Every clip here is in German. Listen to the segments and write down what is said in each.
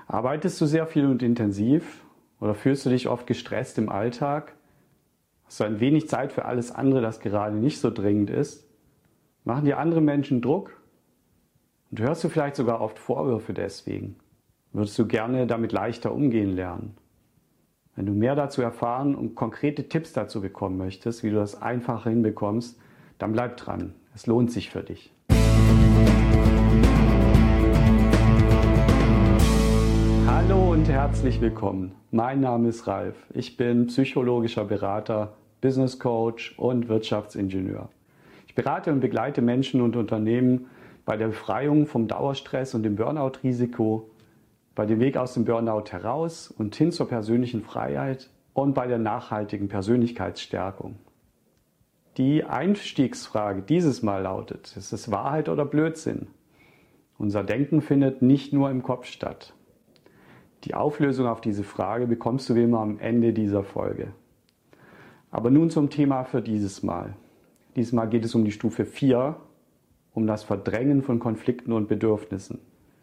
Arbeitest du sehr viel und intensiv oder fühlst du dich oft gestresst im Alltag? Hast du ein wenig Zeit für alles andere, das gerade nicht so dringend ist? Machen dir andere Menschen Druck? Und hörst du vielleicht sogar oft Vorwürfe deswegen? Würdest du gerne damit leichter umgehen lernen? Wenn du mehr dazu erfahren und konkrete Tipps dazu bekommen möchtest, wie du das einfacher hinbekommst, dann bleib dran. Es lohnt sich für dich. Hallo und herzlich willkommen. Mein Name ist Ralf. Ich bin psychologischer Berater, Business Coach und Wirtschaftsingenieur. Ich berate und begleite Menschen und Unternehmen bei der Befreiung vom Dauerstress und dem Burnout-Risiko, bei dem Weg aus dem Burnout heraus und hin zur persönlichen Freiheit und bei der nachhaltigen Persönlichkeitsstärkung. Die Einstiegsfrage dieses Mal lautet: Ist es Wahrheit oder Blödsinn? Unser Denken findet nicht nur im Kopf statt. Die Auflösung auf diese Frage bekommst du wie immer am Ende dieser Folge. Aber nun zum Thema für dieses Mal. Diesmal geht es um die Stufe 4, um das Verdrängen von Konflikten und Bedürfnissen.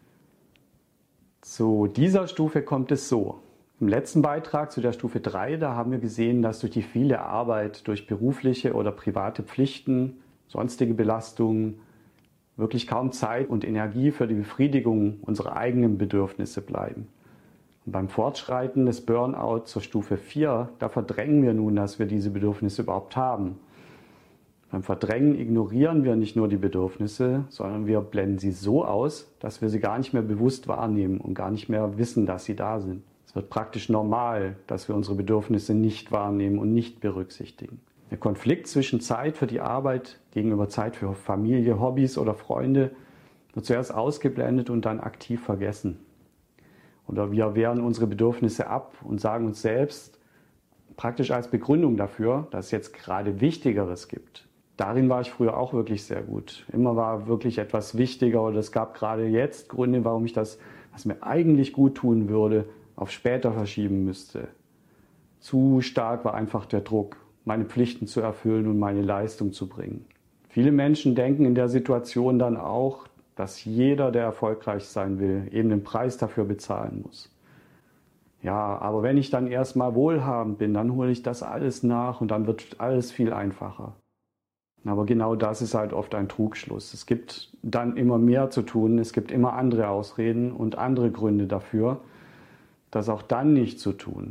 Zu dieser Stufe kommt es so. Im letzten Beitrag zu der Stufe 3, da haben wir gesehen, dass durch die viele Arbeit, durch berufliche oder private Pflichten, sonstige Belastungen, wirklich kaum Zeit und Energie für die Befriedigung unserer eigenen Bedürfnisse bleiben. Und beim Fortschreiten des Burnout zur Stufe 4, da verdrängen wir nun, dass wir diese Bedürfnisse überhaupt haben. Beim Verdrängen ignorieren wir nicht nur die Bedürfnisse, sondern wir blenden sie so aus, dass wir sie gar nicht mehr bewusst wahrnehmen und gar nicht mehr wissen, dass sie da sind. Es wird praktisch normal, dass wir unsere Bedürfnisse nicht wahrnehmen und nicht berücksichtigen. Der Konflikt zwischen Zeit für die Arbeit gegenüber Zeit für Familie, Hobbys oder Freunde wird zuerst ausgeblendet und dann aktiv vergessen. Oder wir wehren unsere Bedürfnisse ab und sagen uns selbst praktisch als Begründung dafür, dass es jetzt gerade Wichtigeres gibt. Darin war ich früher auch wirklich sehr gut. Immer war wirklich etwas wichtiger oder es gab gerade jetzt Gründe, warum ich das, was mir eigentlich gut tun würde, auf später verschieben müsste. Zu stark war einfach der Druck, meine Pflichten zu erfüllen und meine Leistung zu bringen. Viele Menschen denken in der Situation dann auch, dass jeder, der erfolgreich sein will, eben den Preis dafür bezahlen muss. Ja, aber wenn ich dann erstmal wohlhabend bin, dann hole ich das alles nach und dann wird alles viel einfacher. Aber genau das ist halt oft ein Trugschluss. Es gibt dann immer mehr zu tun, es gibt immer andere Ausreden und andere Gründe dafür, das auch dann nicht zu tun.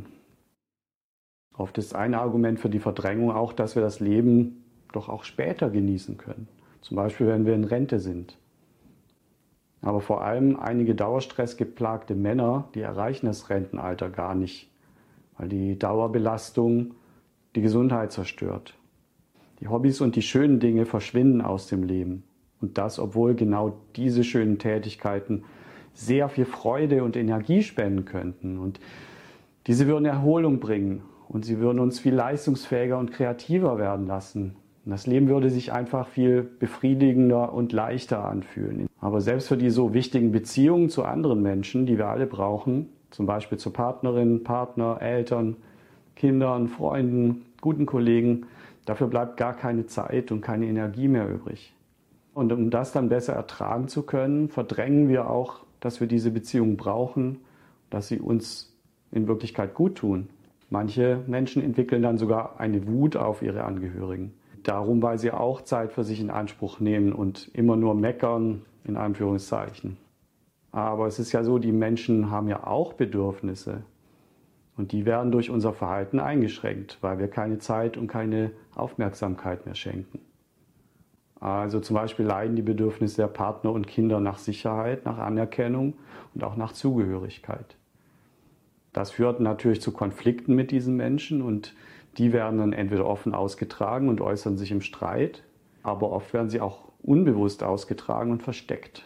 Oft ist ein Argument für die Verdrängung auch, dass wir das Leben doch auch später genießen können. Zum Beispiel, wenn wir in Rente sind. Aber vor allem einige dauerstressgeplagte Männer, die erreichen das Rentenalter gar nicht, weil die Dauerbelastung die Gesundheit zerstört. Die Hobbys und die schönen Dinge verschwinden aus dem Leben. Und das, obwohl genau diese schönen Tätigkeiten sehr viel Freude und Energie spenden könnten. Und diese würden Erholung bringen und sie würden uns viel leistungsfähiger und kreativer werden lassen. Und das Leben würde sich einfach viel befriedigender und leichter anfühlen. Aber selbst für die so wichtigen Beziehungen zu anderen Menschen, die wir alle brauchen, zum Beispiel zur Partnerin, Partner, Eltern, Kindern, Freunden, guten Kollegen, dafür bleibt gar keine Zeit und keine Energie mehr übrig. Und um das dann besser ertragen zu können, verdrängen wir auch, dass wir diese Beziehungen brauchen, dass sie uns in Wirklichkeit gut tun. Manche Menschen entwickeln dann sogar eine Wut auf ihre Angehörigen. Darum, weil sie auch Zeit für sich in Anspruch nehmen und immer nur meckern, in Anführungszeichen. Aber es ist ja so, die Menschen haben ja auch Bedürfnisse. Und die werden durch unser Verhalten eingeschränkt, weil wir keine Zeit und keine Aufmerksamkeit mehr schenken. Also zum Beispiel leiden die Bedürfnisse der Partner und Kinder nach Sicherheit, nach Anerkennung und auch nach Zugehörigkeit. Das führt natürlich zu Konflikten mit diesen Menschen und die werden dann entweder offen ausgetragen und äußern sich im Streit, aber oft werden sie auch unbewusst ausgetragen und versteckt.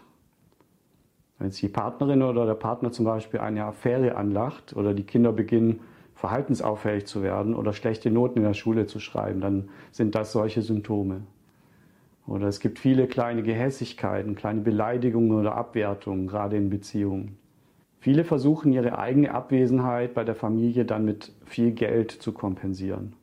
Wenn jetzt die Partnerin oder der Partner zum Beispiel eine Affäre anlacht oder die Kinder beginnen, verhaltensauffällig zu werden oder schlechte Noten in der Schule zu schreiben, dann sind das solche Symptome. Oder es gibt viele kleine Gehässigkeiten, kleine Beleidigungen oder Abwertungen, gerade in Beziehungen. Viele versuchen, ihre eigene Abwesenheit bei der Familie dann mit viel Geld zu kompensieren.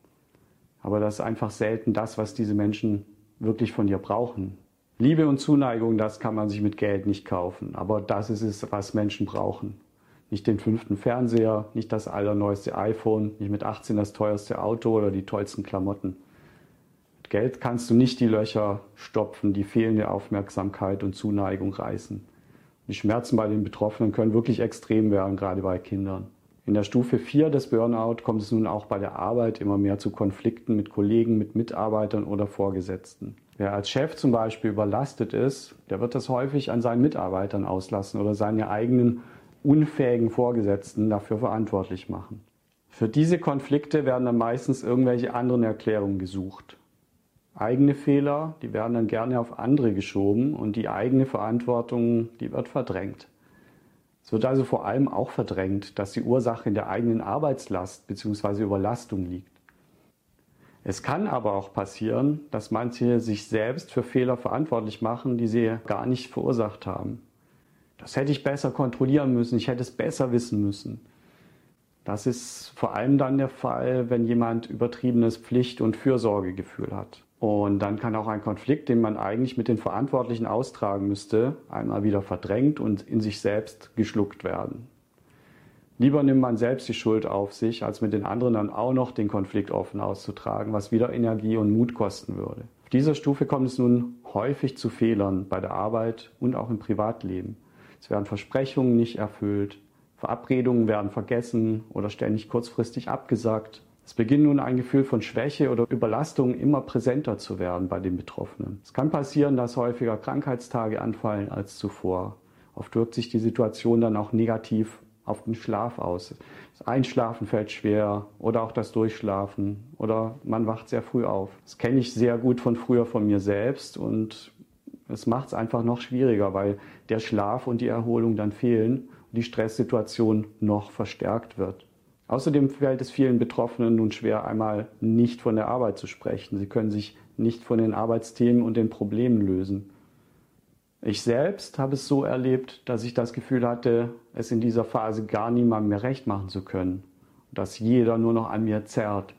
Aber das ist einfach selten das, was diese Menschen wirklich von dir brauchen. Liebe und Zuneigung, das kann man sich mit Geld nicht kaufen. Aber das ist es, was Menschen brauchen. Nicht den 5. Fernseher, nicht das allerneueste iPhone, nicht mit 18 das teuerste Auto oder die tollsten Klamotten. Mit Geld kannst du nicht die Löcher stopfen, die fehlende Aufmerksamkeit und Zuneigung reißen. Die Schmerzen bei den Betroffenen können wirklich extrem werden, gerade bei Kindern. In der Stufe 4 des Burnout kommt es nun auch bei der Arbeit immer mehr zu Konflikten mit Kollegen, mit Mitarbeitern oder Vorgesetzten. Wer als Chef zum Beispiel überlastet ist, der wird das häufig an seinen Mitarbeitern auslassen oder seine eigenen unfähigen Vorgesetzten dafür verantwortlich machen. Für diese Konflikte werden dann meistens irgendwelche anderen Erklärungen gesucht. Eigene Fehler, die werden dann gerne auf andere geschoben und die eigene Verantwortung, die wird verdrängt. Es wird also vor allem auch verdrängt, dass die Ursache in der eigenen Arbeitslast bzw. Überlastung liegt. Es kann aber auch passieren, dass manche sich selbst für Fehler verantwortlich machen, die sie gar nicht verursacht haben. Das hätte ich besser kontrollieren müssen, ich hätte es besser wissen müssen. Das ist vor allem dann der Fall, wenn jemand übertriebenes Pflicht- und Fürsorgegefühl hat. Und dann kann auch ein Konflikt, den man eigentlich mit den Verantwortlichen austragen müsste, einmal wieder verdrängt und in sich selbst geschluckt werden. Lieber nimmt man selbst die Schuld auf sich, als mit den anderen dann auch noch den Konflikt offen auszutragen, was wieder Energie und Mut kosten würde. Auf dieser Stufe kommt es nun häufig zu Fehlern bei der Arbeit und auch im Privatleben. Es werden Versprechungen nicht erfüllt, Verabredungen werden vergessen oder ständig kurzfristig abgesagt. Es beginnt nun ein Gefühl von Schwäche oder Überlastung immer präsenter zu werden bei den Betroffenen. Es kann passieren, dass häufiger Krankheitstage anfallen als zuvor. Oft wirkt sich die Situation dann auch negativ auf den Schlaf aus. Das Einschlafen fällt schwer oder auch das Durchschlafen oder man wacht sehr früh auf. Das kenne ich sehr gut von früher von mir selbst und es macht es einfach noch schwieriger, weil der Schlaf und die Erholung dann fehlen und die Stresssituation noch verstärkt wird. Außerdem fällt es vielen Betroffenen nun schwer, einmal nicht von der Arbeit zu sprechen. Sie können sich nicht von den Arbeitsthemen und den Problemen lösen. Ich selbst habe es so erlebt, dass ich das Gefühl hatte, es in dieser Phase gar niemandem mehr recht machen zu können. Dass jeder nur noch an mir zerrt.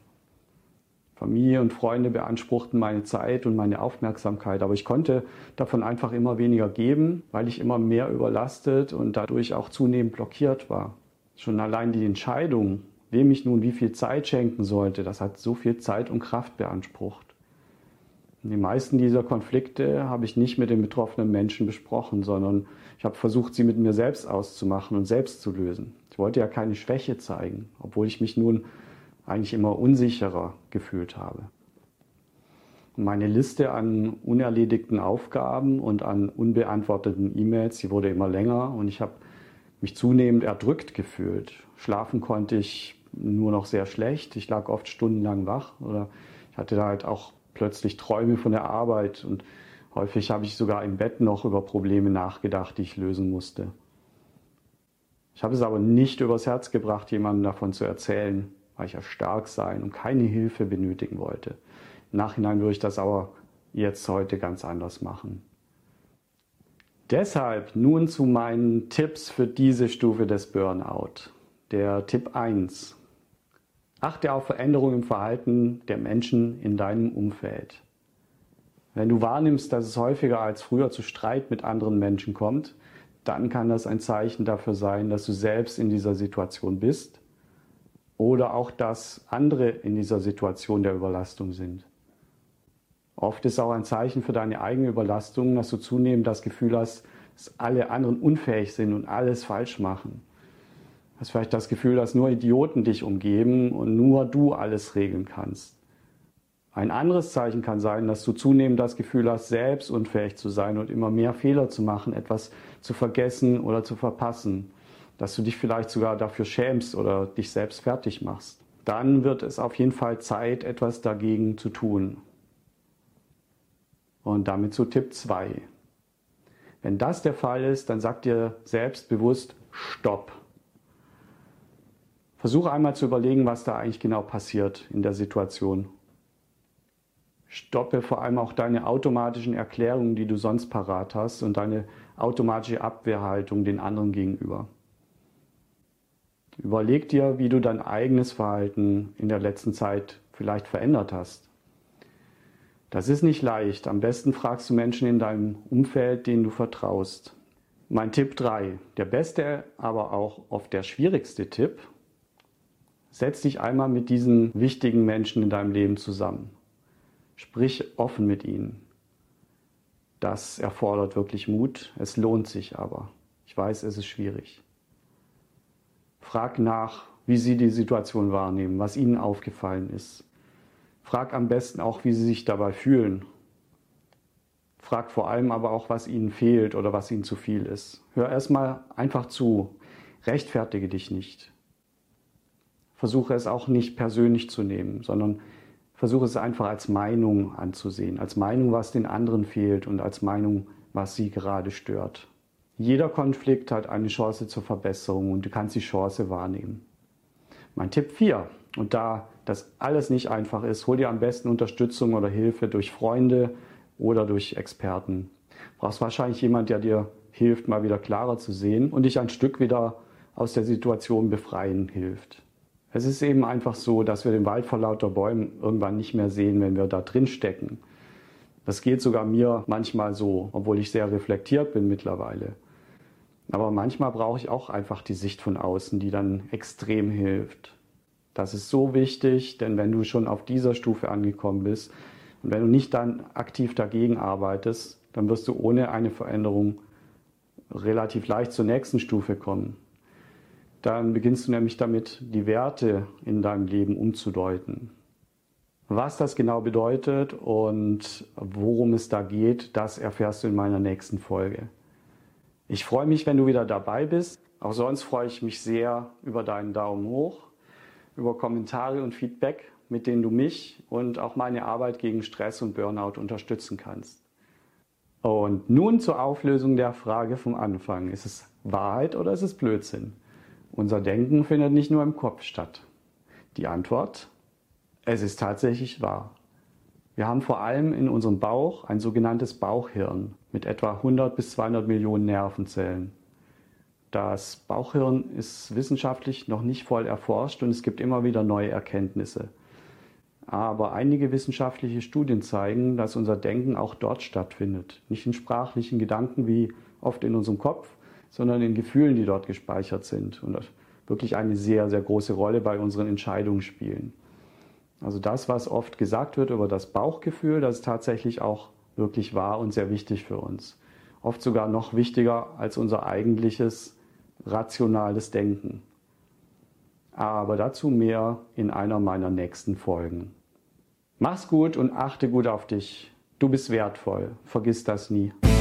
Familie und Freunde beanspruchten meine Zeit und meine Aufmerksamkeit, aber ich konnte davon einfach immer weniger geben, weil ich immer mehr überlastet und dadurch auch zunehmend blockiert war. Schon allein die Entscheidung, wem ich nun wie viel Zeit schenken sollte, das hat so viel Zeit und Kraft beansprucht. Und die meisten dieser Konflikte habe ich nicht mit den betroffenen Menschen besprochen, sondern ich habe versucht, sie mit mir selbst auszumachen und selbst zu lösen. Ich wollte ja keine Schwäche zeigen, obwohl ich mich nun eigentlich immer unsicherer gefühlt habe. Und meine Liste an unerledigten Aufgaben und an unbeantworteten E-Mails, die wurde immer länger und ich habe mich zunehmend erdrückt gefühlt. Schlafen konnte ich nur noch sehr schlecht. Ich lag oft stundenlang wach oder ich hatte da halt auch plötzlich Träume von der Arbeit und häufig habe ich sogar im Bett noch über Probleme nachgedacht, die ich lösen musste. Ich habe es aber nicht übers Herz gebracht, jemandem davon zu erzählen, weil ich ja stark sein und keine Hilfe benötigen wollte. Im Nachhinein würde ich das aber jetzt heute ganz anders machen. Deshalb nun zu meinen Tipps für diese Stufe des Burnout. Der Tipp 1. Achte auf Veränderungen im Verhalten der Menschen in deinem Umfeld. Wenn du wahrnimmst, dass es häufiger als früher zu Streit mit anderen Menschen kommt, dann kann das ein Zeichen dafür sein, dass du selbst in dieser Situation bist oder auch, dass andere in dieser Situation der Überlastung sind. Oft ist auch ein Zeichen für deine eigene Überlastung, dass du zunehmend das Gefühl hast, dass alle anderen unfähig sind und alles falsch machen. Du hast vielleicht das Gefühl, dass nur Idioten dich umgeben und nur du alles regeln kannst. Ein anderes Zeichen kann sein, dass du zunehmend das Gefühl hast, selbst unfähig zu sein und immer mehr Fehler zu machen, etwas zu vergessen oder zu verpassen. Dass du dich vielleicht sogar dafür schämst oder dich selbst fertig machst. Dann wird es auf jeden Fall Zeit, etwas dagegen zu tun. Und damit zu Tipp 2. Wenn das der Fall ist, dann sag dir selbstbewusst Stopp. Versuche einmal zu überlegen, was da eigentlich genau passiert in der Situation. Stoppe vor allem auch deine automatischen Erklärungen, die du sonst parat hast und deine automatische Abwehrhaltung den anderen gegenüber. Überleg dir, wie du dein eigenes Verhalten in der letzten Zeit vielleicht verändert hast. Das ist nicht leicht. Am besten fragst du Menschen in deinem Umfeld, denen du vertraust. Mein Tipp 3, der beste, aber auch oft der schwierigste Tipp: Setz dich einmal mit diesen wichtigen Menschen in deinem Leben zusammen. Sprich offen mit ihnen. Das erfordert wirklich Mut, es lohnt sich aber. Ich weiß, es ist schwierig. Frag nach, wie sie die Situation wahrnehmen, was ihnen aufgefallen ist. Frag am besten auch, wie sie sich dabei fühlen. Frag vor allem aber auch, was ihnen fehlt oder was ihnen zu viel ist. Hör erstmal einfach zu. Rechtfertige dich nicht. Versuche es auch nicht persönlich zu nehmen, sondern versuche es einfach als Meinung anzusehen. Als Meinung, was den anderen fehlt und als Meinung, was sie gerade stört. Jeder Konflikt hat eine Chance zur Verbesserung und du kannst die Chance wahrnehmen. Mein Tipp 4, und da das alles nicht einfach ist, hol dir am besten Unterstützung oder Hilfe durch Freunde oder durch Experten. Du brauchst wahrscheinlich jemanden, der dir hilft, mal wieder klarer zu sehen und dich ein Stück wieder aus der Situation befreien hilft. Es ist eben einfach so, dass wir den Wald vor lauter Bäumen irgendwann nicht mehr sehen, wenn wir da drin stecken. Das geht sogar mir manchmal so, obwohl ich sehr reflektiert bin mittlerweile. Aber manchmal brauche ich auch einfach die Sicht von außen, die dann extrem hilft. Das ist so wichtig, denn wenn du schon auf dieser Stufe angekommen bist und wenn du nicht dann aktiv dagegen arbeitest, dann wirst du ohne eine Veränderung relativ leicht zur nächsten Stufe kommen. Dann beginnst du nämlich damit, die Werte in deinem Leben umzudeuten. Was das genau bedeutet und worum es da geht, das erfährst du in meiner nächsten Folge. Ich freue mich, wenn du wieder dabei bist. Auch sonst freue ich mich sehr über deinen Daumen hoch, über Kommentare und Feedback, mit denen du mich und auch meine Arbeit gegen Stress und Burnout unterstützen kannst. Und nun zur Auflösung der Frage vom Anfang. Ist es Wahrheit oder ist es Blödsinn? Unser Denken findet nicht nur im Kopf statt. Die Antwort: Es ist tatsächlich wahr. Wir haben vor allem in unserem Bauch ein sogenanntes Bauchhirn mit etwa 100 bis 200 Millionen Nervenzellen. Das Bauchhirn ist wissenschaftlich noch nicht voll erforscht und es gibt immer wieder neue Erkenntnisse. Aber einige wissenschaftliche Studien zeigen, dass unser Denken auch dort stattfindet. Nicht in sprachlichen Gedanken wie oft in unserem Kopf, sondern in Gefühlen, die dort gespeichert sind und wirklich eine sehr, sehr große Rolle bei unseren Entscheidungen spielen. Also das, was oft gesagt wird über das Bauchgefühl, das ist tatsächlich auch wirklich wahr und sehr wichtig für uns. Oft sogar noch wichtiger als unser eigentliches rationales Denken. Aber dazu mehr in einer meiner nächsten Folgen. Mach's gut und achte gut auf dich. Du bist wertvoll. Vergiss das nie.